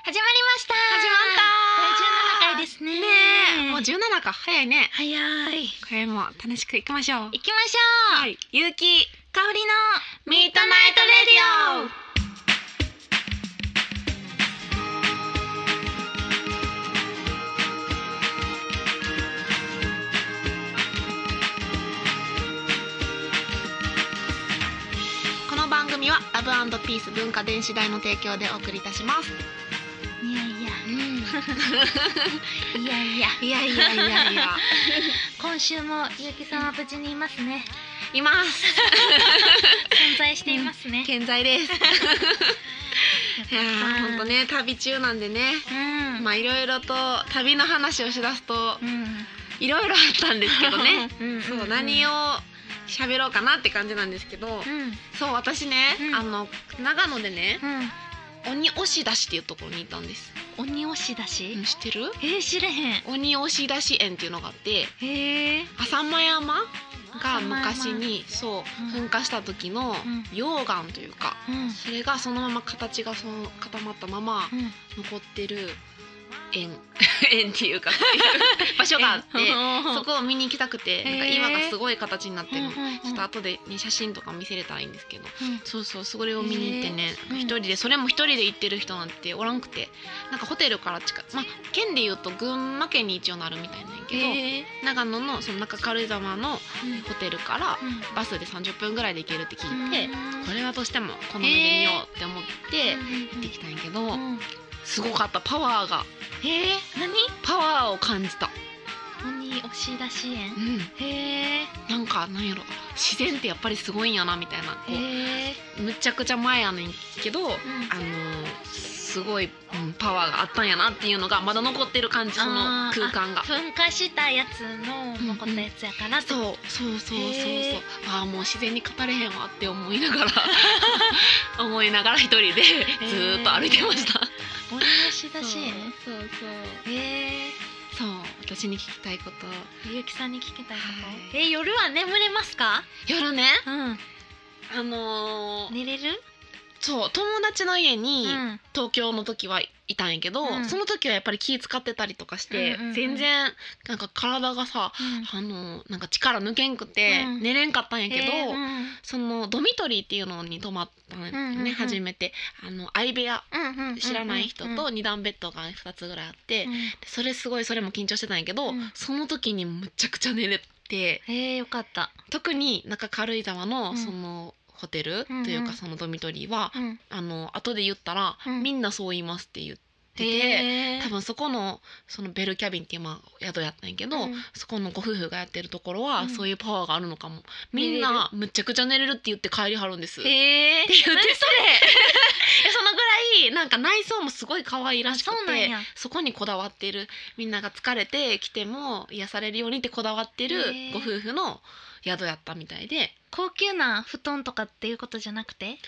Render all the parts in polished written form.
始まりました。 始まった。 第17回ですね。 ねえ、もう17か、早いね。 早い。 これも楽しくいきましょう。 行きましょう。 はい、ゆうき香りのミッドナイトレディオ。この番組はラブ&ピース文化電子代の提供でお送りいたします。 いやいや、いやいや、 いやいやいやいや今週もゆうきさんは無事にいますね。 います存在していますね。 健在です。いやー、ほんとね、旅中なんでね、 うん。 まあいろいろと旅の話をしだすとうん。 いろいろあったんですけどねうんそう、何を喋ろうかなって感じなんですけど、 うんそう私ね、 うん長野でね、 うん。 鬼押し出しっていうところにいたんです。 鬼押し出し。 知ってる？ 知れへん。 鬼押し出し園っていうのがあって、 へえ。 浅間山が浅間山昔にそううん噴火した時の溶岩というか、 うんそれがそのまま形がそう固まったままうん。 残ってる園園っていうかそういう場所があってそこを見に行きたくて、なんか岩がすごい形になってるの、ちょっと後で、ね、写真とか見せれたらいいんですけど、そうそう、それを見に行ってね、一人で、それも一人で行ってる人なんておらんくて、なんかホテルから近い、まあ県でいうと群馬県に一応なるみたいなんやけど、長野のその中軽井沢のホテルからバスで30分ぐらいで行けるって聞いて、これはどうしてもこの目で見ようって思って行ってきたんやけど、すごかった。パワーが、 何？ パワーを感じた。 鬼押し出し園。 うん、 へえ。 なんかなんやろ、自然ってやっぱりすごいんやなみたいな、こへえ。 うむちゃくちゃ前やねんけど、すごい、パワーがあったんやなっていうのがまだ残ってる感じ、その空間が。 噴火したやつの残ったやつやからって。 そうそうそうそうそう、ああもう自然に語れへんわって思いながら思いながら一人でずーっと歩いてました。 鬼押し出し園。 そうそうへえ。 そう、私に聞きたいこと。 ゆうきさんに聞きたいこはと。夜は眠れますか？ 夜ね、 うん。寝れる？ そう、友達の家にうん東京の時はいたんやけど、 うんその時はやっぱり気使ってたりとかして、 うんうんうん全然なんか体がさ、なんか力抜けんくてうん寝れんかったんやけど、 うんそのドミトリーっていうのに泊まったんよね、 うんうんうん初めて。相部屋、 うん、 知らない人と2段ベッドが2つぐらいあって、それも緊張してたんやけど、その時にむちゃくちゃ寝れて、 よかった。 特に中軽井沢のうんそのホテルとうんうんいうかそのドミトリーは、 うん後で言ったら、 うんみんなそう言いますって言ってて、 へー多分そこのそのベルキャビンっていう宿やったんやけど、 うんそこのご夫婦がやってるところは、 うんそういうパワーがあるのかも。みんなむちゃくちゃ寝れるって言って帰りはるんです。ってへえ。 言ってて、 何それ？ そのぐらいなんか内装もすごい可愛らしくてあそうなんや、 そこにこだわってる、みんなが疲れて来ても癒されるようにってこだわってるへーご夫婦の宿やったみたいで。 高級な布団とかっていうことじゃなくて？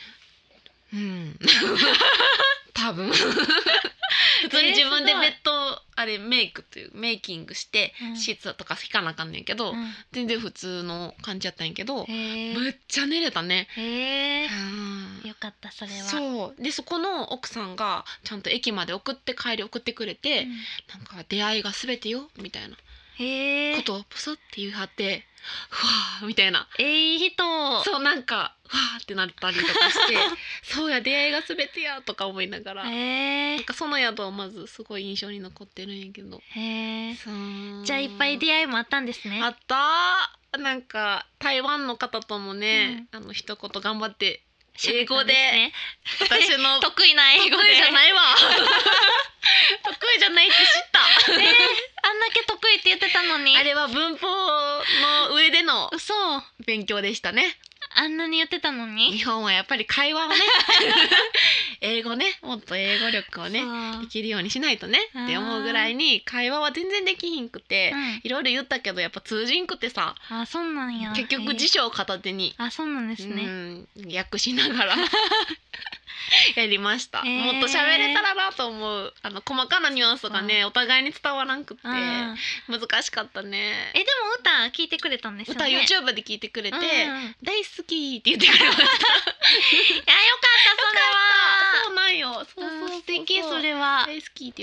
多分普通に自分ですごいベッドメイキングして、 うんシーツとか引かなあかんねんけど、全然普通の感じやったんやけど、むっちゃ寝れたね。 へえ。 うんよかったそれは。 そうで、そこの奥さんがちゃんと駅まで送ってくれて、なんか出会いが全てよみたいなへえ。 ことをプソって言い張って、ふわーみたいな、 いい人。 そうなんかふわーってなったりとかしてそうや、出会いが全てやとか思いながら、 へえなん。かその宿はまずすごい印象に残ってるんやけど、 へえ。 そうじゃあいっぱい出会いもあったんですね。 あったー。なんか台湾の方ともね、一言頑張って英語で、私の得意な英語で。 得意じゃないわ得意じゃないって知ったあんだけ得意って言ってたのに。 あれは文法の上での嘘。 勉強でしたね。 あんなに言ってたのに。 日本はやっぱり会話をね英語ね、もっと英語力をねそうできるようにしないとねって思うぐらいに会話は全然できひんくて、いろいろ言ったけどやっぱ通じんくてさ、 あ、そうなんや。 結局辞書を片手に、 あ、そうなんですね。 訳しながらやりました。もっと喋れたらなと思う。細かなニュアンスがねお互いに伝わらんくて難しかったね。 でも歌聞いてくれたんですよ歌ね。 YouTube で聞いてくれて、大好きって言ってくれました。 いや、よかったそれは。 そうなんよ。そうそうそうそう、 素敵それは。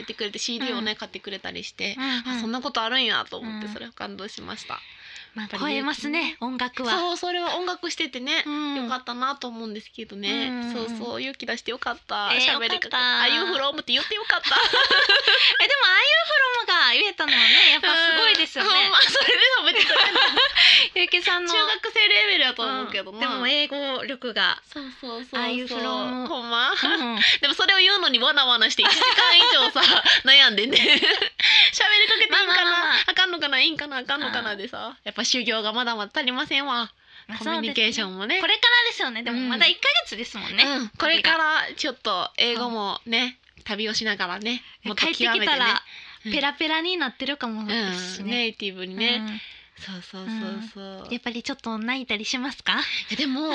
言ってくれて CD をね、買ってくれたりして、 うんうん、 そんなことあるんやと思って、それは感動しました。 まあ、超えますね、音楽は。 そう、それは音楽しててね、 うん、 よかったなと思うんですけどね、 うん、 そうそう、勇気出してよかった、喋りかけよかった。 あゆフロムって言ってよかったでもああいうフロムが言えたのはね、やっぱすごいですよね。 それで喋ってくれるゆうきさんの中学生レベルやと思うけどな、 でも英語力が、 そうそうそう、 ああいうフロム、 ほんま、でもそれを言うのにわなわなして1時間以上さ悩んでね喋りかけていいんかな、あかんのかな、いいんかな、あかんのかなでさ、やっぱ修行がまだまだ足りませんわ。コミュニケーションもね、 これからですよね。でもまだ1ヶ月ですもんね、 これからちょっと英語もね、旅をしながらね、もっと極めてね、 帰ってきたらペラペラになってるかもですしね、 ネイティブにね、そうそうそうそう、 やっぱりちょっと泣いたりしますか？ でも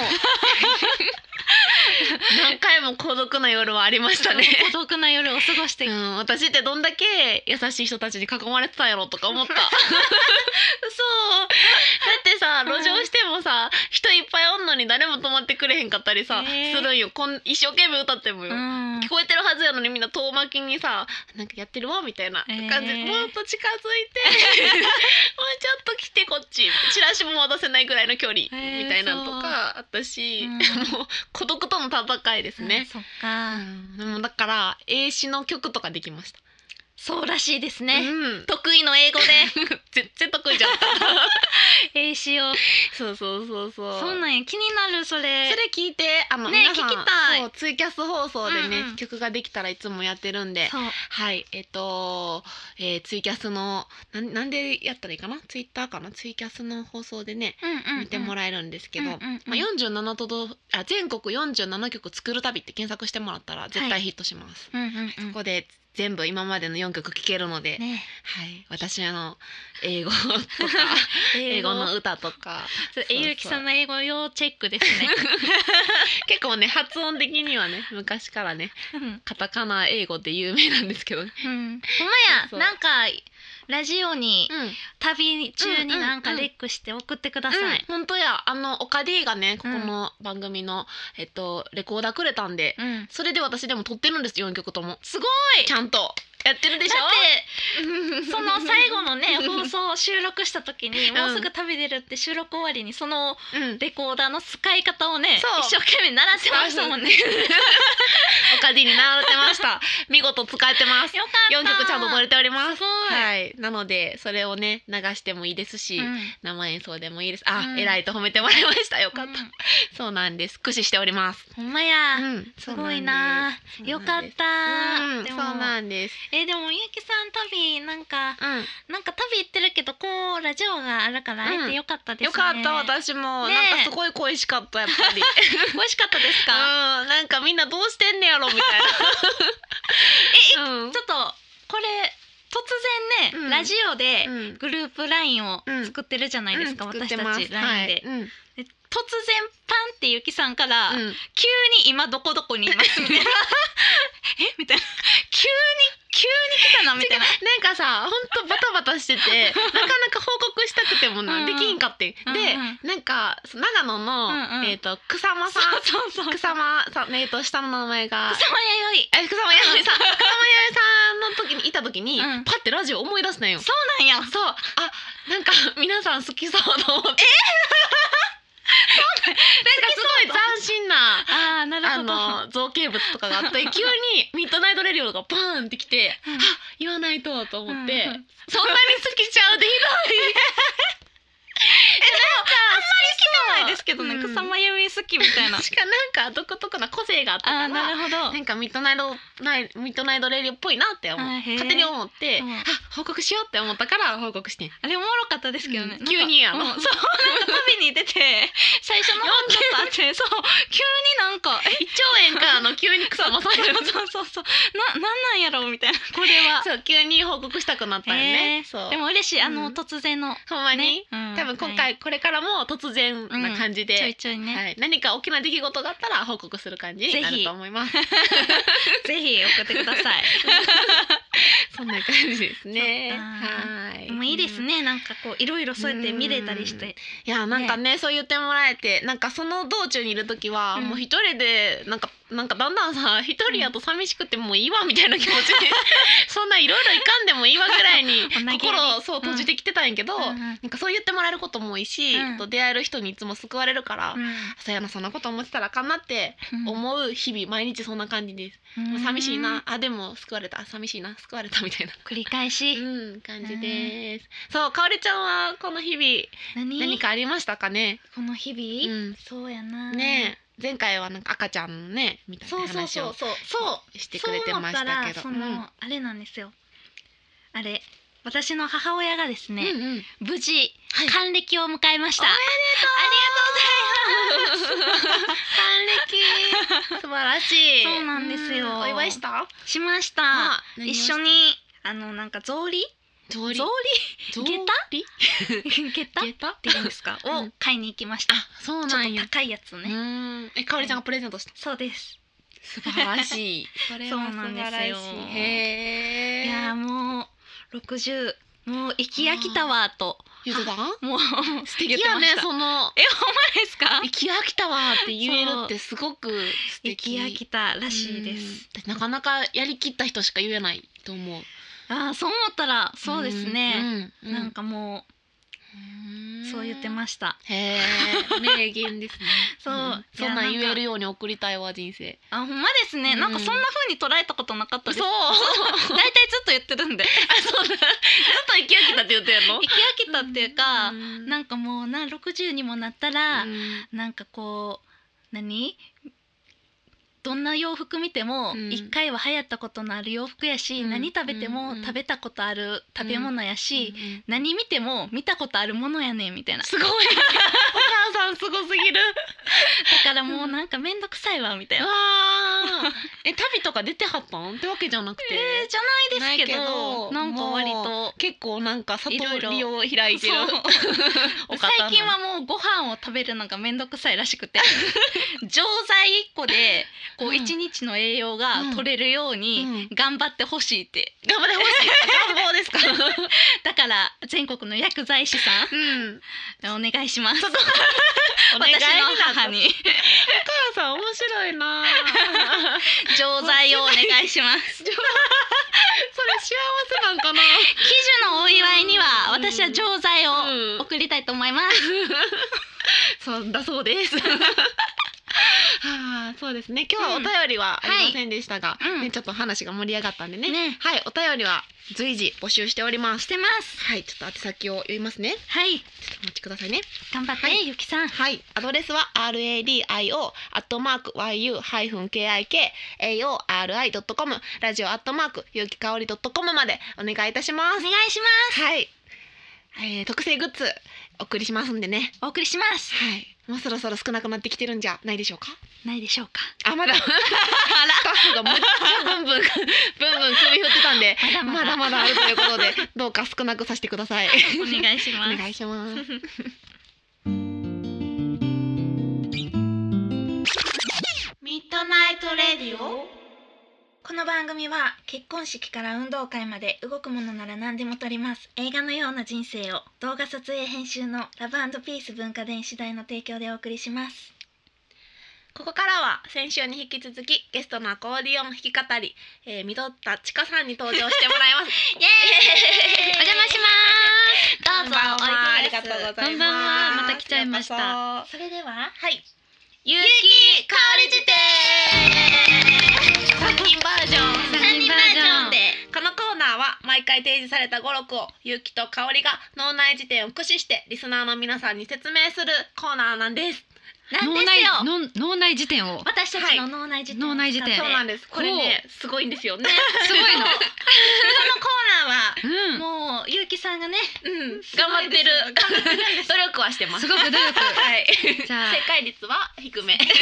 何回も孤独な夜はありましたね。 孤独な夜を過ごして、 私ってどんだけ優しい人たちに囲まれてたんやろとか思った。そうだってさ、路上してもさ、人いっぱいおんのに誰も止まってくれへんかったりさ、するんよ。一生懸命歌ってもよ、聞こえてるはずやのに、みんな遠巻きにさ、なんかやってるわみたいな感じで、もっと近づいてもうちょっと来てこっち、チラシも渡せないぐらいの距離みたいなのとかあったし、もう孤独との戦いですね。 そっか、 でもだから英詞の曲とかできました。 そうらしいですね、得意の英語で全然得意じゃん英詞を、 そうそうなんや、気になる。それ聞いて、 ね、聞きたい。 そう、ツイキャス放送でね、曲ができたらいつもやってるんで、はい、ツイキャスのなんでやったらいいかな、ツイッターかな、ツイキャスの放送でね、見てもらえるんですけど、全国47曲作る旅って検索してもらったら絶対ヒットします。そこで全部今までの4曲聴けるので、はい、私英語とか英語の歌とか、 ゆうきさんの英語要チェックですね。 結構ね、発音的にはね、昔からね、カタカナ英語って有名なんですけどね。 ほんまや、なんかラジオに、旅中になんかレックして送ってください。 本当や、オカディがね、ここの番組のレコーダーくれたんで、それで私でも撮ってるんです、4曲とも。 すごい、 ちゃんとやってるでしょ。だってその最後のね放送を収録した時に、もうすぐ旅出るって収録終わりにそのレコーダーの使い方をね、一生懸命習ってましたもんね。 おかdiに習ってました。見事使えてます。 よかった。 4曲ちゃんと撮れております。 はい。 なのでそれをね流してもいいですし、生演奏でもいいです。偉いと褒めてもらいました。よかった。そうなんです。駆使しております。 ほんまや。すごいな。よかった。 そうなんです。 でもゆうきさん旅なんか旅行ってるけど、こうラジオがあるから会えてよかったですね。 よかった。私もなんかすごい恋しかった、やっぱり。 恋しかったですか？ なんかみんなどうしてんねやろみたいな。ちょっとこれ突然ね、ラジオでグループ LINE を作ってるじゃないですか、私たち LINE で。突然パンってゆきさんから、急に今どこどこにいますみたいなみたいな、急に来たなみたいな。 なんかさ、ほんとバタバタしててなかなか報告したくてもできんかって、でなんか長野の草間さん、草間さん、下の名前が草間弥生さんの時にいた時にパッてラジオ思い出すのよ。 そうなんや。 そう、なんか皆さん好きそうと思って。なんかすごい斬新な造形物とかがあって急にミッドナイトレディオがバーンってきて、言わないと思って、そんなに好きちゃうでひどい。 なんかあんまり聞かないですけどね、草間由美好きみたいな。 しかなんか独特な個性があったから、 なるほど。 なんかミッドナイトレディオっぽいなって勝手に思って、報告しようって思ったから報告してん。 あれおもろかったですけどね。 急にやろ。 そう、なんか旅に出て最初の方ちょっとあって、そう急になんか一兆円か急に草間さんやろ。 そうなんなんやろうみたいな。これはそう急に報告したくなったよね。 でも嬉しい、突然の。 ほんまに多分今回これからも突然な感じで、 ちょいちょいね、 何か大きな出来事があったら報告する感じになると思います。 ぜひ送ってください。 そんな感じですね。 はい。もういいですね。なんかこういろいろそうやって見れたりして。 いやなんかね、そう言ってもらえて、なんかその道中にいる時はもう一人でなんかなんかだんだんさ一人やと寂しくてもういいわみたいな気持ちでそんないろいろいかんでもいいわぐらいに心をそう閉じてきてたんやけど、なんかそう言ってもらえることも多いし、出会える人にいつも救われるから、そうやな、そんなこと思ってたらあかんなって思う日々、毎日そんな感じです。寂しいな、あでも救われた、寂しいな、救われたみたいな繰り返し、 感じです。そう、かおりちゃんはこの日々何かありましたかね。 この日々、そうやなね。前回はなんか赤ちゃんのねみたいな話をしてくれてましたけど、 あれなんですよ。あれ、私の母親がですね、無事還暦を迎えました。ありがとうございます。還暦素晴らしい。 そうなんですよ。 お祝いしました。一緒になんか草履下駄っていうんですかを買いに行きました。 そうなんや。 ちょっと高いやつね。 かおりちゃんがプレゼントした。 そうです。 素晴らしい。それは素晴らしい。 へえ。いやもう60、もう生き飽きたわと言ってた。もう素敵やね。そのほんまですか。 生き飽きたわって言えるってすごく素敵。 生き飽きたらしいです。 なかなかやりきった人しか言えないと思う。 そう思ったらそうですね。なんかもうそう言ってました。 へえ、名言ですね。 そう、 そんなん言えるように送りたいわ人生。 ほんまですね。なんかそんな風に捉えたことなかったです。 そう。 大体ずっと言ってるんで。 そうだ。ずっと生き飽きたって言ってるの？ 生き飽きたっていうか、なんかもう60にもなったら、なんかこうどんな洋服見ても一回は流行ったことのある洋服やし、何食べても食べたことある食べ物やし、何見ても見たことあるものやねんみたいな。 すごい。お母さんすごすぎる。 だからもうなんかめんどくさいわみたいな。 旅とか出てはったんってわけじゃなくて。 じゃないですけど、なんか割と結構なんか悟りを開いてる。 最近はもうご飯を食べるのがめんどくさいらしくて、錠剤1個でこう1日の栄養が取れるように頑張ってほしいって。 頑張ってほしい。願望ですか。 だから全国の薬剤師さん、お願いします。 私の母に。 お母さん面白いな。 錠剤をお願いします。 それ幸せなんかな。 喜寿のお祝いには私は錠剤を送りたいと思います。 そうだそうです。そうですね。今日はお便りはありませんでしたが、ちょっと話が盛り上がったんでね。はい、お便りは随時募集しております。 してます。 はい、ちょっと宛先を読みますね。 はい。 ちょっとお待ちくださいね。 頑張ってゆきさん。 はい、アドレスは radio@yu-kikaori.com ラジオゆきかおり .com までお願いいたします。 お願いします。 はい。特製グッズお送りしますんでね。 お送りします。 はい。もうそろそろ少なくなってきてるんじゃないでしょうか。 ないでしょうか。 まだ。スタッフがむっちゃブンブン首振ってたんで、まだまだあるということで、どうか少なくさせてください。 お願いします。 お願いします。ミッドナイトレディオ。 この番組は結婚式から運動会まで動くものなら何でも撮ります映画のような人生を動画撮影編集のラブ&ピース文化電子台の提供でお送りします。 ここからは先週に引き続きゲストのアコーディオン弾き語り、みどったちかさんに登場してもらいます。 イエーイ。お邪魔します。どうぞ。 ありがとうございます。 また来ちゃいました。 それでは、はい。 ゆきかおり辞典。 3人バージョンでこのコーナーは毎回提示された語録をゆきとかおりが脳内辞典を駆使してリスナーの皆さんに説明するコーナーなんです。 なんですよ。 脳内辞典を私たちの脳内辞典。 そうなんです。これねすごいんですよね。 すごいの。このコーナーはもうゆうきさんがね、 頑張ってる。努力はしてます。 すごく努力。 はい。じゃあ正解率は低め。でもこれ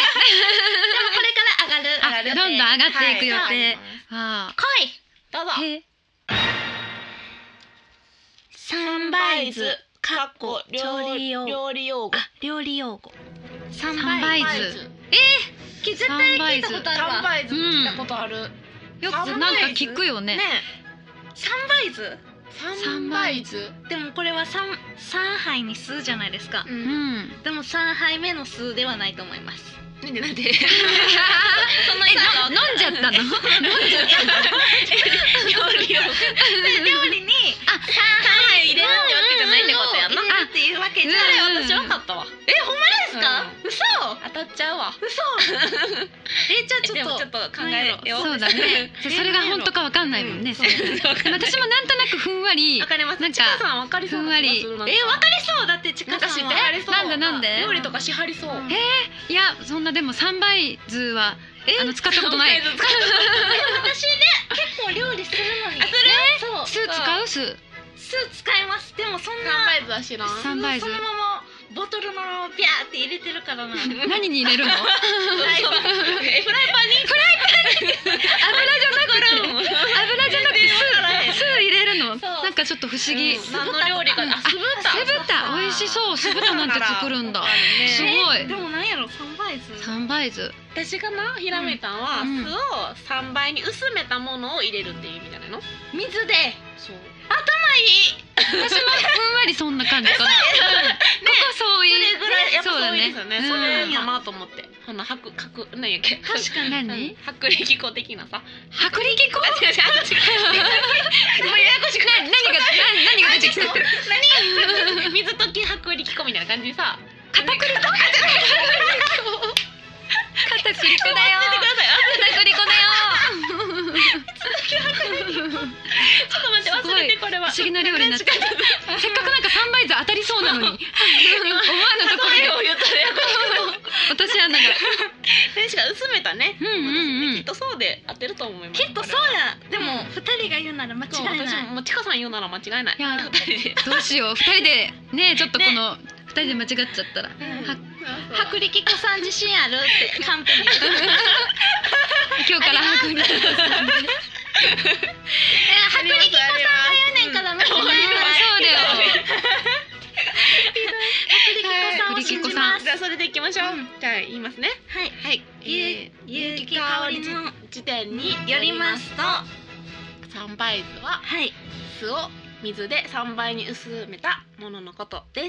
から上がる。 どんどん上がっていく予定。 来い。どうぞ。 サンバイズ。 かっこ料理用語。 料理用語。 サンバイズ。 絶対聞いたことあるわ。 サンバイズ聞いたことある。 よくなんか聞くよね。 サンバイズ。 三杯酢。 でもこれは三杯に酢じゃないですか。でも3杯目の酢ではないと思います。 なんでその飲んじゃったの？飲んじゃったの？ 料理に3杯入れるってわけじゃないってことやな。入れるっていうわけじゃない。 私分かったわ。 ほんまですか？嘘？ 当たっちゃうわ。 嘘？じゃあちょっと考えろよ。 そうだね。それが本当かわかんないもんね。私もなんとなくふんわり。 わかります。ちかさんわかりそうな気がするな。 わかりそうだってちかさんは。 なんで？ 料理とかしはりそう。 いやそんなでも3倍酢は使ったことない。 私ね結構料理するのに。 酢使う？酢使います。でもそんな 3倍酢は知らん。 3倍酢そのままボトルのビャーって入れてるからな。 何に入れるの？ フライパンに油じゃなくて酢入れるの？なんかちょっと不思議。 何の料理か。 酢豚美味しそう。酢豚なんて作るんだ。すごい。 でもなんやろ3倍酢。 私がなひらめいたんは酢を3倍に薄めたものを入れるっていう意味じゃないの？ 水で。 そう。 頭いい。 私もふんわりそんな感じかな。ここそういう。 それぐらいやっぱそうだそうですよね。 ね。 それかなと思って。何やっけ？ 確かに何？ 薄力粉的なさ。 薄力粉？ もうややこしくない。 何が出てきた？ 水溶き薄力粉みたいな感じでさ。 片栗粉だよ。片栗粉だよ。 ちょっと待って忘れてこれは。 不思議な料理になった。せっかくなんか3倍酢当たりそうなのに。思わぬところで。私はなんか。 確か薄めたね。きっとそうで当てると思います。 きっとそうや。でも2人が言うなら間違いない。 私もちかさん言うなら間違いない。 どうしよう。2人でねちょっとこの2人で間違っちゃったら。 薄力粉さん自信あるってカンペに。 今日から薄力粉さん。 薄力粉さんが言うねんから間違いない。 そうだよ。 薄力粉さんを信じます。 じゃあそれでいきましょう。じゃあ言いますね。 はい。有機香りの時点によりますと、 3倍酢は酢を水で3倍に薄めたもののことです。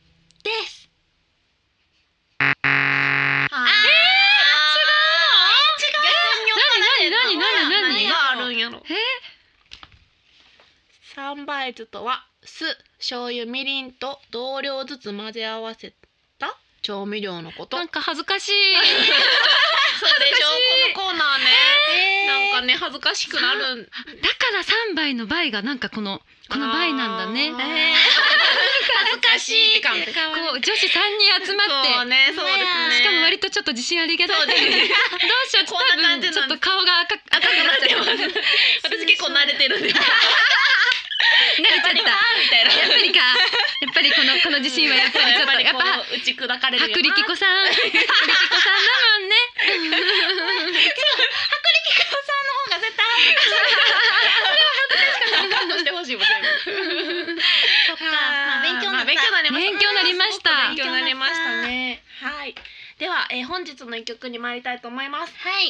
何があるんやろ。3倍酢とは酢、醤油、みりんと同量ずつ混ぜ合わせた調味料のこと。 なんか恥ずかしい。 そうでしょ、このコーナーね。なんかね恥ずかしくなる。 だから3倍の倍がなんかこの倍なんだね。 恥ずかしいって感じ。 こう女子3人集まって。 そうですね。 しかも割とちょっと自信ありげだね。どうしよう、多分ちょっと顔が赤くなっちゃう。 私結構慣れてるんで。 慣れちゃった。 みたいな。 やっぱりこの自信はやっぱりちょっとやっぱ打ち砕かれるよな。 薄力粉さんだもんね。 薄力粉さんの方が絶対恥ずかしい。 カットしてほしいもん全部。 そっか。勉強になりました。 勉強になりましたね。はい。では、本日の一曲に参りたいと思います。 はい。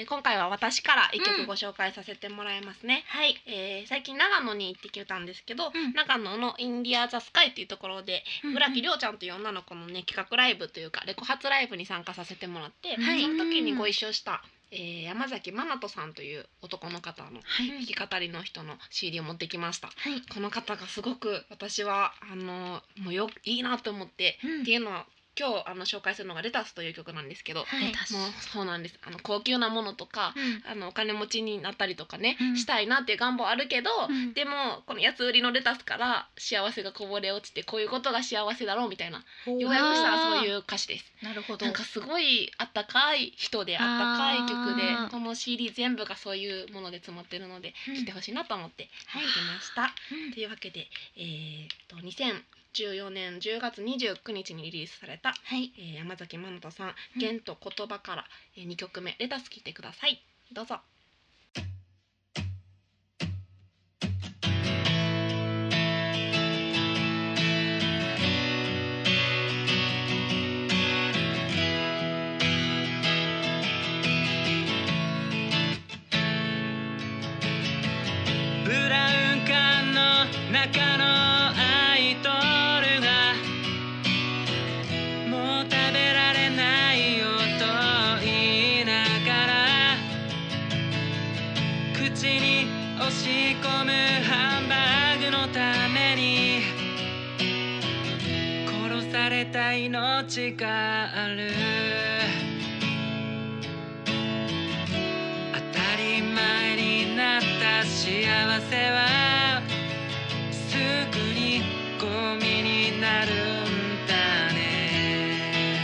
今回は私から一曲ご紹介させてもらいますね。 はい。 最近長野に行ってきたんですけど、長野のインディアザスカイっていうところで、村木亮ちゃんという女の子のね企画ライブというかレコ発ライブに参加させてもらって、その時にご一緒した山崎真人さんという男の方の弾き語りの人の CD を持ってきました。この方がすごく私はもういいなと思って、っていうのは今日紹介するのがレタスという曲なんですけど、もうそうなんです。高級なものとか、お金持ちになったりとかね、したいなっていう願望あるけど、でもこの安売りのレタスから幸せがこぼれ落ちてこういうことが幸せだろうみたいな、要約したらそういう歌詞です。 なるほど。 なんかすごいあったかい人であったかい曲で、この CD 全部がそういうもので詰まってるので聴いてほしいなと思って書きました。というわけで2014年10月29日にリリースされた、山崎真人さん「弦と言葉」から2曲目「レタス」聴いてください。どうぞ。 ブラウン管の中のアイドルがもう食べられないよと言いながら口に押し込むハンバーグのために殺された命がある。当たり前になった幸せはすぐにゴミになるんだね。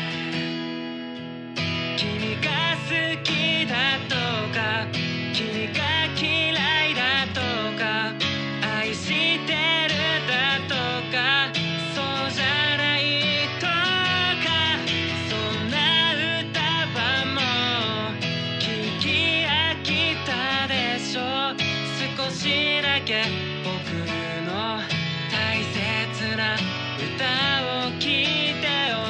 君が好きだとか君が嫌いだとか愛してるだとかそうじゃないとかそんな歌はもう聞き飽きたでしょ。少しだけ僕の大切な歌を聴いてよ。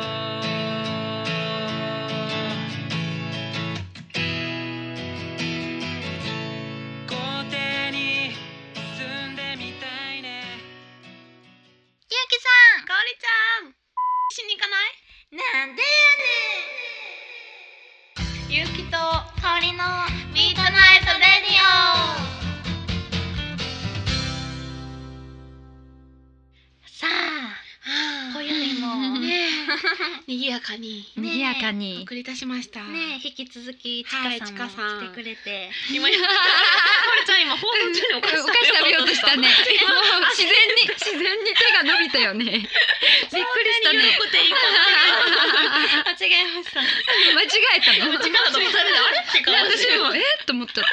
豪邸に住んでみたいね。 ゆうきさん、 かおりちゃんしに行かない？ なんでやねん。ゆうきとかおりのミートナイトレディオ。さあ、今宵もね賑やかに賑やかにお送りいたしました。 ね、引き続きちかはいさんもちかさん来てくれて、 今かおりちゃん今放送中にお菓子お菓子食べようとしたね。もう自然に手が伸びたよね。びっくりしたね。 間違えました。 間違えたの。 力と二人であれって顔して私もと思っちゃった。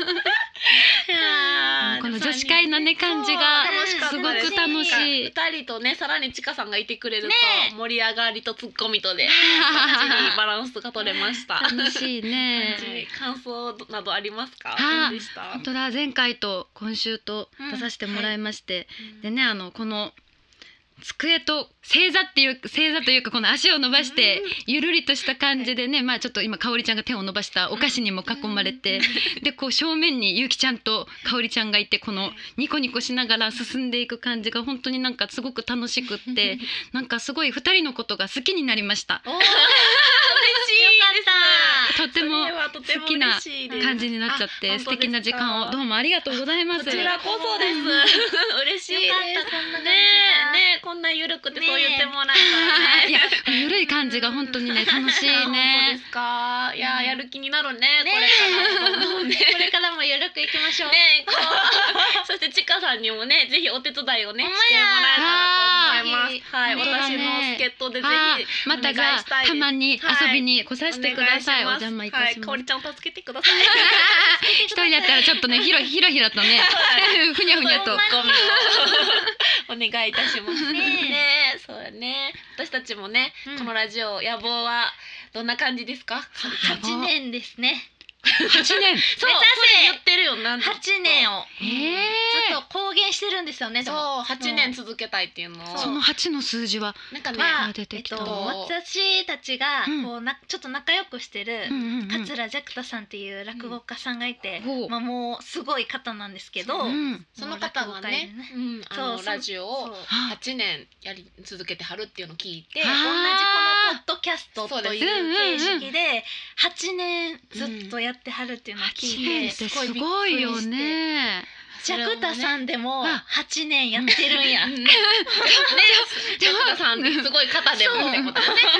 この女子会のね感じがすごく楽しい。 二人とねさらにちかさんがいてくれると、 ね盛り上がりとツッコミとでバッチリバランスが取れました。 楽しいね。 感想などありますか？ はどうでした？ 本当だ、前回と今週と出させてもらいまして、でねこの机と正座というかこの足を伸ばしてゆるりとした感じでね、まあちょっと今かおりちゃんが手を伸ばしたお菓子にも囲まれて、でこう正面にゆうきちゃんとかおりちゃんがいて、このニコニコしながら進んでいく感じが本当になんかすごく楽しくって、なんかすごい2人のことが好きになりました。 嬉しいです。 とっても好きな感じになっちゃって素敵な時間をどうもありがとうございます。 こちらこそです。嬉しいです。 よかった、こんな感じがねこんなゆるくてそう言ってもらえたらね。 いやゆるい感じが本当にね楽しい本当でね。 すか。いややる気になるね。 ねこれからもゆるくいきましょう。 ねそしてちかさんにもねぜひお手伝いをねほんまやしてもらえたらと思います。はい、 本当だね私の助っ人でぜひまたじゃあたまに遊びに来させてください。お邪魔いたします。 かおりちゃんを助けてください。 一人だったらちょっとねひらひらとねふにゃふにゃと。 お願いいたしますね。そうだね。私たちもね、このラジオ野望はどんな感じですか 8年ですね。 8年。 そう目指せ言ってるよなんと 8年をずずっと公言してるんですよね。でもそう8年続けたいっていうのをその8の数字はなんかねまあ出てきた私たちがこうちょっと仲良くしてる桂桂ジャクタさんっていう落語家さんがいて、 うんまあもうすごい方なんですけど、 その方がねそうラジオをそう 8年やり続けてはるっていうのを聞いて同じこのポッドキャストという形式で8年ずっとやってはるっていうのを聞 8 い年ってすごいよね。 ジャクタさんでも8年やってるんや。 ね、ジャクタさんってすごい方でもってことだね。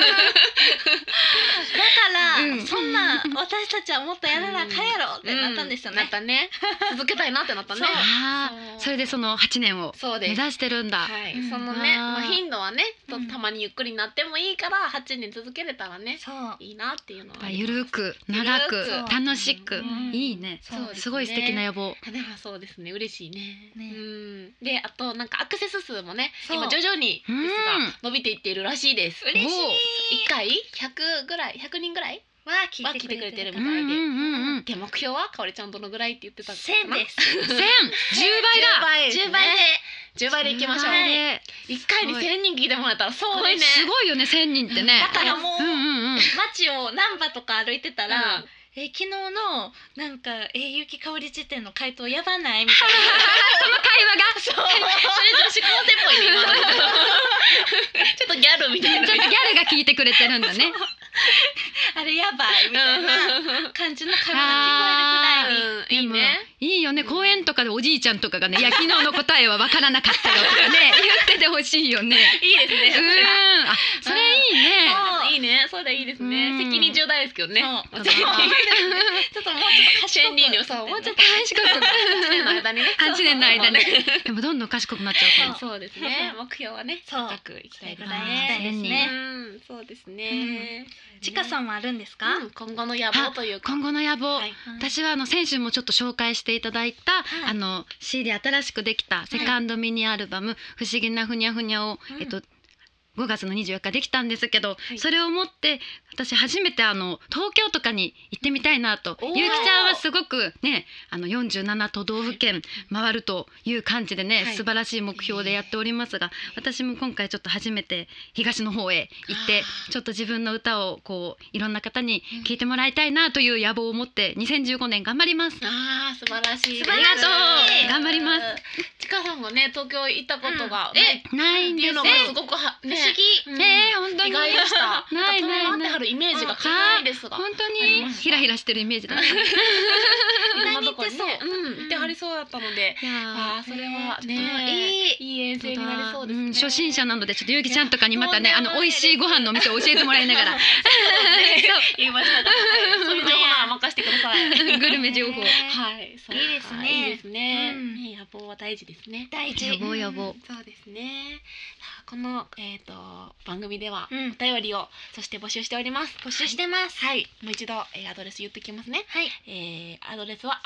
だからそんな私たちはもっとやらなあかんやろってなったんですよね。 なったね。続けたいなってなったね。 それでその8年を目指してるんだ。 はい、そのね、まあ頻度はね、たまにゆっくりになってもいいから8年続けれたらね、いいなっていうのは。 ゆるく長く楽しくいいね。すごい素敵な野望。 でもそうですね、嬉しいね。で、あとなんかアクセス数もね、今徐々にですが伸びていっているらしいです。 嬉しい。 1回100ぐらい、100人ぐらいは聞いてくれてるみたいで。で目標はかおりちゃんどのぐらいって言ってたかな。 1000です。 1000 10倍だ。 10倍でいきましょう。1回に1000人聞いてもらったらすごいね。 すごいよね1000人ってね。 だからもう街を難波とか歩いてたら昨日のなんかゆきかおり辞典の回答やばないみたいなその会話がそれ女子高生っぽいね今のちょっとギャルみたいなちょっとギャルが聞いてくれてるんだね。 あれやばいみたいな感じの会話が聞こえるくらいにいいね。 いいよね、公園とかでおじいちゃんとかがね、いや昨日の答えは分からなかったよとかね言っててほしいよね。 いいですね。 あ、それいいね。 いいね、それいいですね。責任重大ですけどね。 そうちょっともうちょっと賢くそうもうちょっと賢く 8年の間にね。 8年の間にでもどんどん賢くなっちゃうから。 そうですね。目標はね、 そう高くいきたいです高くね。 ですねそうですね。 ちかさんはあるんですか？ 今後の野望というか。 今後の野望、 はい私は先週もちょっと紹介していただいた、 はい CD 新しくできたセカンドミニアルバム、不思議なふにゃふにゃを、5月の24日できたんですけど、 いそれをもって私初めて東京とかに行ってみたいなと。 おーゆうきちゃんはすごくね47都道府県回るという感じでね、 はい素晴らしい目標でやっておりますが、私も今回ちょっと初めて東の方へ行ってちょっと自分の歌をこういろんな方に聴いてもらいたいなという野望を持って2015年頑張ります。 ああ素晴らしい。 素晴らしいありがとう頑張ります。 ちかさんがね東京行ったことがないんですっていうのがすごくね不思議。 本当に意外でした。 ないない伴ってはるイメージが硬いですが。 本当ありにましたヒラヒラしてるイメージだった。いいろんなとこにね、行ってはりそうだったので、 やそれはいね、いい遠征になりそうですね。 初心者なのでちょっとゆうきちゃんとかにまたねいや美味しいご飯のお店を教えてもらいながら言いましたが、そういう情報なら任せてください。 グルメ情報。 はい、そういいですねいいですね。 うんね野望は大事ですね。 大事。 野望野望。 そうですね。この番組ではうんお便りをそして募集しております。 募集してます。 はい、もう一度アドレス言ってきますね。 はい。 アドレスは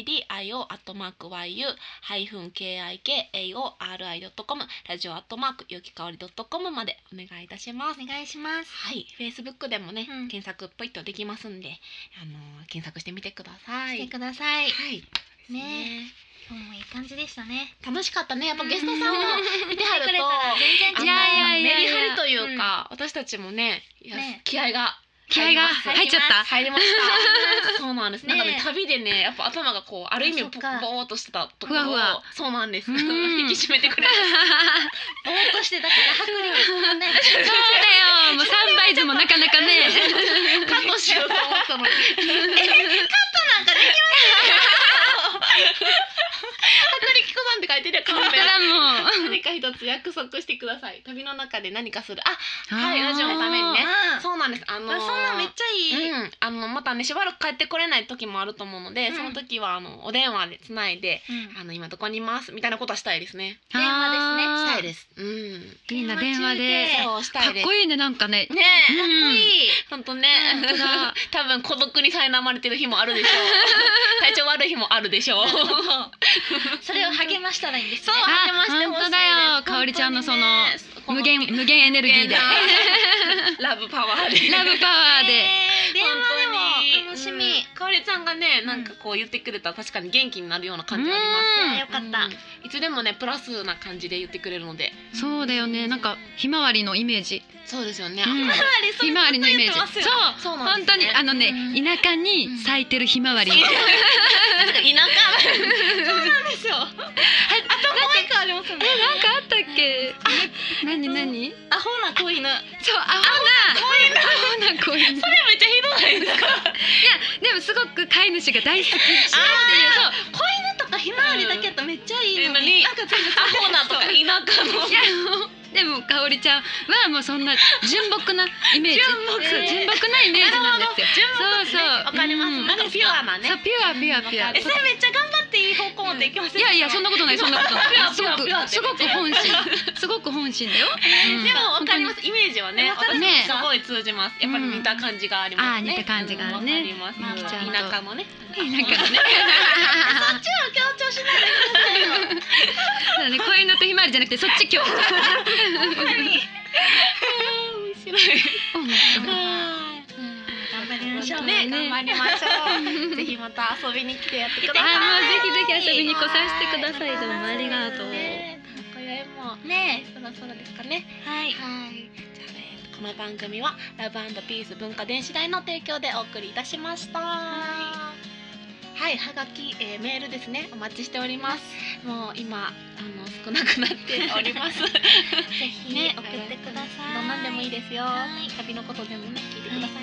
radio@yukikao.ri.com ラジオゆきかおり .com までお願いいたします。 お願いします。 はい、Facebook でもね、 うん検索ポイッとできますんで、検索してみてください。 してください。 はい。 ね今日もいい感じでしたね。 楽しかったね。やっぱゲストさんもいてはると、 全然いやいやいやメリハリというか、私たちもね、気合が入っちゃった。 入りました。そうなんです。なんかねね旅でねやっぱ頭がこうある意味ボそっかーっとしてたところをふわふわそうなんです。 うん引き締めてくれる。 ぼーっとしてたから迫力がね。 そうだよ。もう3倍図もなかなかね。 カットしようと思ったのに。 なんかでき服部紀子さんって書いてるよ。カンペだからもう。 何か一つ約束してください。旅の中で何かする。はいラジオのためにね。 ます。 そうなんです。 そんなんめっちゃいい。 またねしばらく帰ってこれない時もあると思うので、 うんその時はお電話でつないで、 うん今どこにいますみたいなことはしたいですね。 電話したいです。 いいな電話で。 そうしたかっいです。 こいいねなんかね。 ねかっこいい。 本当ね。 本当だ多分孤独に苛まれてる日もあるでしょう。体調悪い日もあるでしょう。 それを励ましたらいいんですね。 あ励ましてほしいです本当だよ。かおりちゃんのその無限エネルギーで。 ラブパワーで。 ラブパワーで。 電話でも楽しみ。 かおりちゃんがねなんかこう言ってくれたら確かに元気になるような感じありますね。 よかった。 いつでもねプラスな感じで言ってくれるので。 そうだよね。なんかひまわりのイメージ。 そうですよね。 うんひまわりひまわりのイメージ。 そそううそうなん本当ですねに田舎に咲いてるひまわり。 田舎なんですよ。あともう一個ありますね。 なんかあったっけ？何？ アホな子犬。 そうアホな子犬。 めっちゃひどいですか。 でもすごく飼い主が大好き。 子犬とかひまわりだけだとめっちゃいいの何に。なんか全部アホなとか田舎の。 いやでもかおりちゃんはもうそんな純朴なイメージ。そう純朴なイメージなんですよ。そうそう。 わかります。なんかピュアなね。 そうピュア。 それめっちゃ頑張っていい方向持っていきますいやいやそんなことないそんなことない。すごく本心。すごく本心だよ。 でもわかります。イメージはね、私もねすごい通じます。やっぱり似た感じがありますね。 似た感じがあるね。 わかります。 ゆきちゃんと田舎のね。 田舎のね。 そっちを強調しないでくださいよ。 そうだね子犬とひまわりじゃなくてそっち今日。 面白い。 頑張りましょうね、頑張りましょう。ぜひまた遊びに来てやってください。 ぜひ遊びに来させてください。どうもありがとう。 今宵もね。 そろそろですかね。 はい。 はい。じゃあここの番組はラブ&ピース文化電子台の提供でお送りいたしました。はい、はがき、メールですね、お待ちしております。もう今少なくなっておりますぜひね送ってください。 どんなんでもいいですよ。旅のことでもね聞いてください